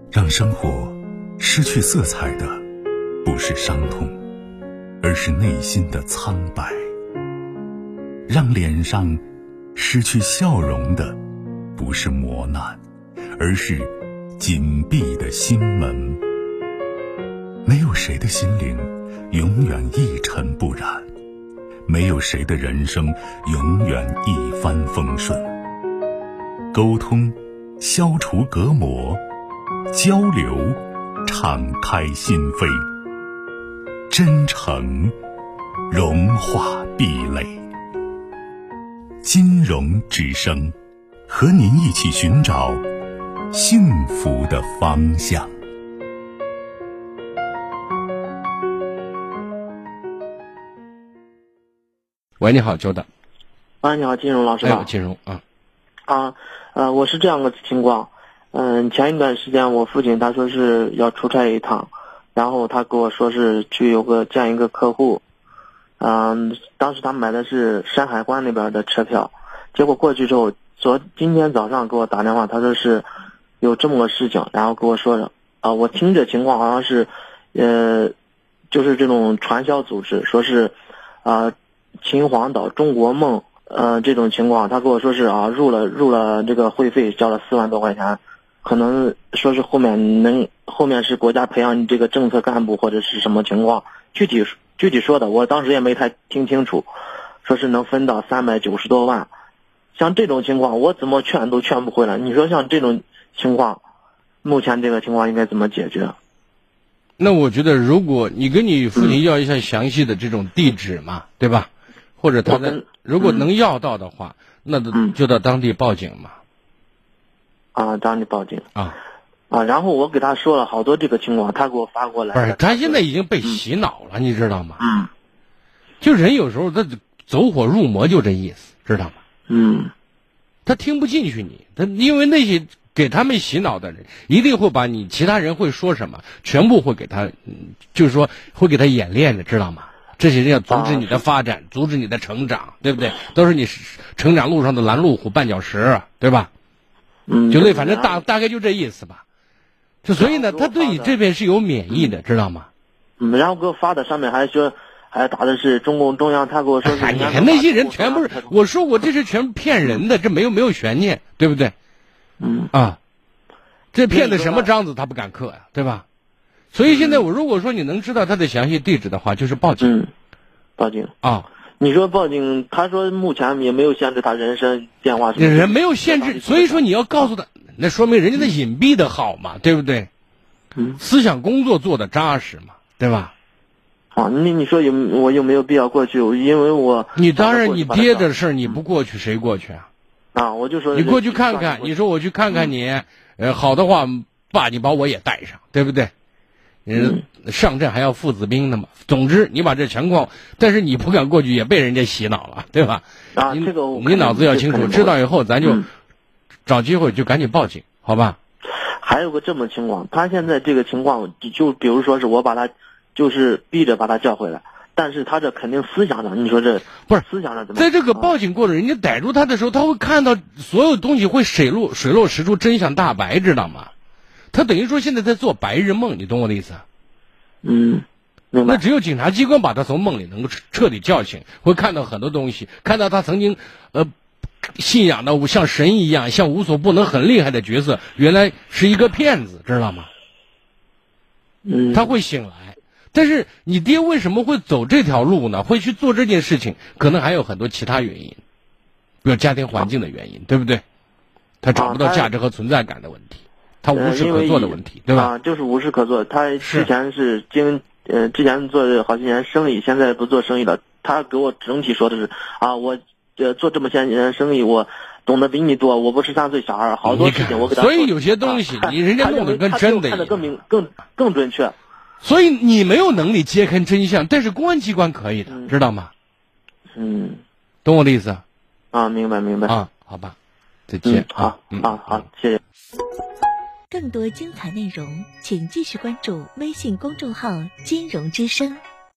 让生活失去色彩的不是伤痛，而是内心的苍白。让脸上失去笑容的不是磨难，而是紧闭的心门。没有谁的心灵永远一尘不染，没有谁的人生永远一帆风顺。沟通消除隔膜，交流敞开心扉，真诚融化壁垒。金融之声，和您一起寻找幸福的方向。 喂，你好，久等。 你好，金融老师吧？ 金融我是这样个情况。前一段时间我父亲他说是要出差一趟，然后他跟我说是去见一个客户。当时他买的是山海关那边的车票，结果过去之后，今天早上给我打电话，他说是有这么个事情，然后跟我说的。我听这情况好像是，就是这种传销组织，说是秦皇岛中国梦这种情况，他跟我说是入了这个会费，交了4万多块钱，可能说是后面是国家培养你这个政策干部或者是什么情况，具体说的我当时也没太听清楚，说是能分到390多万。像这种情况我怎么劝都劝不回来，你说像这种情况，目前这个情况应该怎么解决？ 那我觉得如果你跟你父亲要一下详细的这种地址嘛，对吧？或者他如果能要到的话，那就到当地报警嘛。 当地报警然后我给他说了好多这个情况，他给我发过来。 不是，他现在已经被洗脑了，你知道吗？就人有时候他走火入魔，就这意思，知道吗？他听不进去你，因为那些给他们洗脑的人，一定会把你其他人会说什么，全部会给他，就是说会给他演练的，知道吗？这些人要阻止你的发展，阻止你的成长，对不对？都是你成长路上的拦路虎、绊脚石，对吧？就反正大概就这意思吧。就所以呢，他对你这边是有免疫的，知道吗？ 然后给我发的上面还打的是中共中央，他给我说是。 你看那些人全部是，我说过这是全骗人的，这没有悬念，对不对？这骗的什么章子他不敢刻呀，对吧？所以现在我如果说你能知道他的详细地址的话，就是报警。 报警你说报警，他说目前也没有限制他人身电话什么的。 人没有限制，所以说你要告诉他，那说明人家的隐蔽的好嘛，对不对？思想工作做的扎实嘛，对吧？ 你说我有没有必要过去？因为你当然你爹的事你不过去谁过去啊？ 我就说你过去看看，你说我去看看你，好的话，爸你把我也带上，对不对？上阵还要父子兵的嘛。总之你把这情况，但是你不敢过去也被人家洗脑了，对吧？你脑子要清楚，知道以后咱就找机会就赶紧报警，好吧？ 还有个这么情况，他现在这个情况就比如说是我把他就是逼着把他叫回来，但是他这肯定思想上，你说这不是思想上怎么？ 在这个报警过程，人家逮住他的时候，他会看到所有东西会水落石出，真相大白，知道吗？他等于说现在在做白日梦，你懂我的意思？ 明白。 那只有警察机关把他从梦里能够彻底叫醒，会看到很多东西，看到他曾经信仰的像神一样，像无所不能很厉害的角色，原来是一个骗子，知道吗？他会醒来。但是你爹为什么会走这条路呢？会去做这件事情，可能还有很多其他原因，比如家庭环境的原因，对不对？他找不到价值和存在感的问题，他无事可做的问题，对吧？ 就是无事可做。他之前是之前做好几年生意，现在不做生意了。他给我整体说的是我做这么些年生意，我懂得比你多，我不是13岁小孩，好多事情我给他。 所以有些东西人家弄得跟真的一样， 看得更准确。 所以你没有能力揭开真相，但是公安机关可以的，知道吗？懂我的意思？ 明白。 好吧，再见。 好，谢谢。 更多精彩内容，请继续关注微信公众号“金融之声”。